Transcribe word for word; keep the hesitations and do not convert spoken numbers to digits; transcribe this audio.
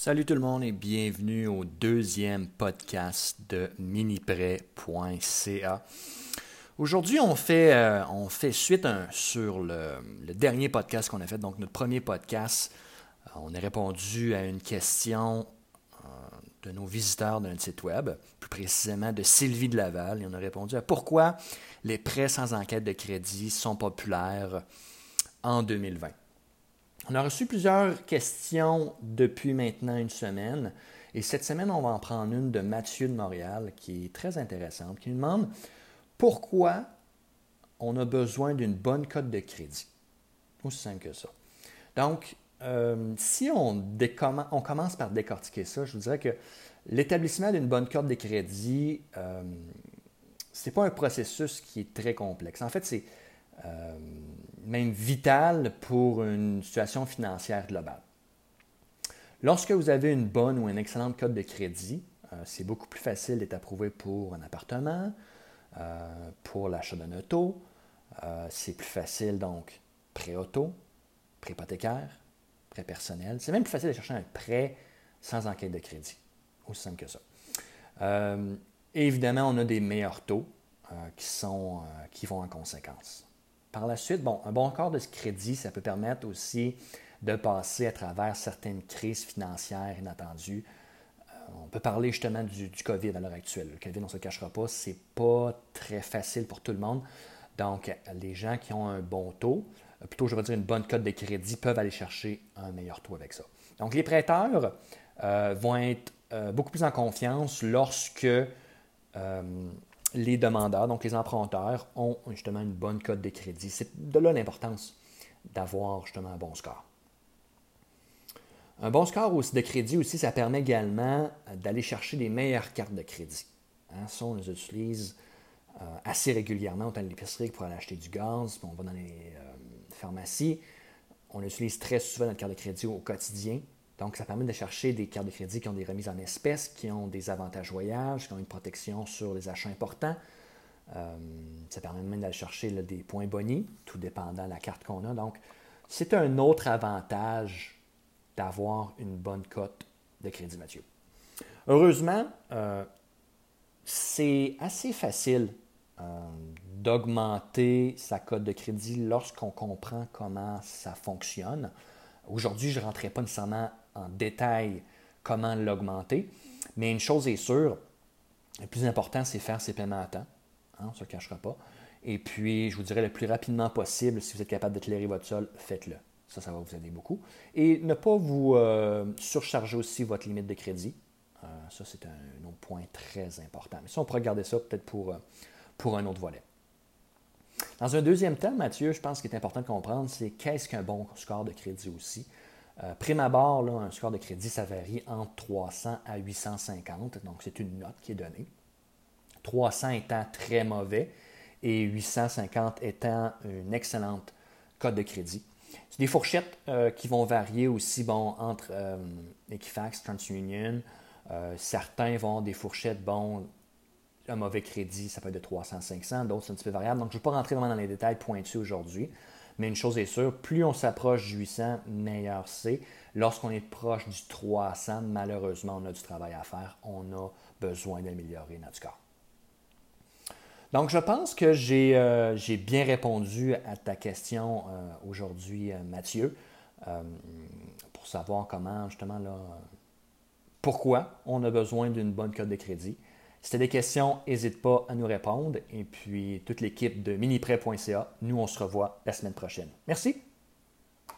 Salut tout le monde et bienvenue au deuxième podcast de miniprêt point c a. Aujourd'hui, on fait, euh, on fait suite un, sur le, le dernier podcast qu'on a fait, donc notre premier podcast. Euh, on a répondu à une question euh, de nos visiteurs de notre site web, plus précisément de Sylvie de Laval, et on a répondu à pourquoi les prêts sans enquête de crédit sont populaires en deux mille vingt. On a reçu plusieurs questions depuis maintenant une semaine et cette semaine, on va en prendre une de Mathieu de Montréal qui est très intéressante, qui nous demande pourquoi on a besoin d'une bonne cote de crédit. Aussi simple que ça. Donc, euh, si on, décomm- on commence par décortiquer ça, je vous dirais que l'établissement d'une bonne cote de crédit, euh, ce n'est pas un processus qui est très complexe. En fait, c'est Euh, même vital pour une situation financière globale. Lorsque vous avez une bonne ou une excellente cote de crédit, euh, c'est beaucoup plus facile d'être approuvé pour un appartement, euh, pour l'achat d'un auto. Euh, c'est plus facile donc prêt auto, prêt hypothécaire, prêt personnel. C'est même plus facile de chercher un prêt sans enquête de crédit. Aussi simple que ça. Euh, et évidemment, on a des meilleurs taux euh, qui, sont, euh, qui vont en conséquence. Par la suite, bon, un bon score de crédit, ça peut permettre aussi de passer à travers certaines crises financières inattendues. Euh, on peut parler justement du, du COVID à l'heure actuelle. Le COVID, on ne se le cachera pas, ce n'est pas très facile pour tout le monde. Donc, les gens qui ont un bon taux, plutôt je vais dire une bonne cote de crédit, peuvent aller chercher un meilleur taux avec ça. Donc, les prêteurs euh, vont être euh, beaucoup plus en confiance lorsque euh, les demandeurs, donc les emprunteurs, ont justement une bonne cote de crédit. C'est de là l'importance d'avoir justement un bon score. Un bon score aussi de crédit aussi, ça permet également d'aller chercher des meilleures cartes de crédit. Hein, ça, on les utilise euh, assez régulièrement, autant à l'épicerie que pour aller acheter du gaz, puis on va dans les euh, pharmacies. On utilise très souvent notre carte de crédit au quotidien. Donc, ça permet de chercher des cartes de crédit qui ont des remises en espèces, qui ont des avantages voyage, qui ont une protection sur les achats importants. Euh, ça permet même d'aller chercher là, des points bonus, tout dépendant de la carte qu'on a. Donc, c'est un autre avantage d'avoir une bonne cote de crédit, Mathieu. Heureusement, euh, c'est assez facile euh, d'augmenter sa cote de crédit lorsqu'on comprend comment ça fonctionne. Aujourd'hui, je ne rentrerai pas nécessairement en détail comment l'augmenter, mais une chose est sûre, le plus important, c'est faire ses paiements à temps. Hein, on ne se le cachera pas. Et puis, je vous dirais le plus rapidement possible, si vous êtes capable d'éclairer votre sol, faites-le. Ça, ça va vous aider beaucoup. Et ne pas vous euh, surcharger aussi votre limite de crédit. Euh, ça, c'est un, un autre point très important. Mais ça, on pourra regarder ça peut-être pour, euh, pour un autre volet. Dans un deuxième temps, Mathieu, je pense qu'il est important de comprendre, c'est qu'est-ce qu'un bon score de crédit aussi. Euh, prime abord, là, un score de crédit, ça varie entre trois cents à huit cent cinquante, donc c'est une note qui est donnée. trois cents étant très mauvais et huit cent cinquante étant une excellente cote de crédit. C'est des fourchettes euh, qui vont varier aussi bon, entre euh, Equifax, TransUnion. Euh, certains vont avoir des fourchettes, bon, un mauvais crédit, ça peut être de trois cents à cinq cents, d'autres c'est un petit peu variable. Donc, je ne vais pas rentrer vraiment dans les détails pointus aujourd'hui, mais une chose est sûre, plus on s'approche du huit cents, meilleur c'est. Lorsqu'on est proche du trois cents, malheureusement, on a du travail à faire. On a besoin d'améliorer notre score. Donc, je pense que j'ai, euh, j'ai bien répondu à ta question euh, aujourd'hui, euh, Mathieu, euh, pour savoir comment, justement, là, pourquoi on a besoin d'une bonne cote de crédit. Si tu as des questions, n'hésite pas à nous répondre. Et puis, toute l'équipe de miniprêt point c a, nous, on se revoit la semaine prochaine. Merci.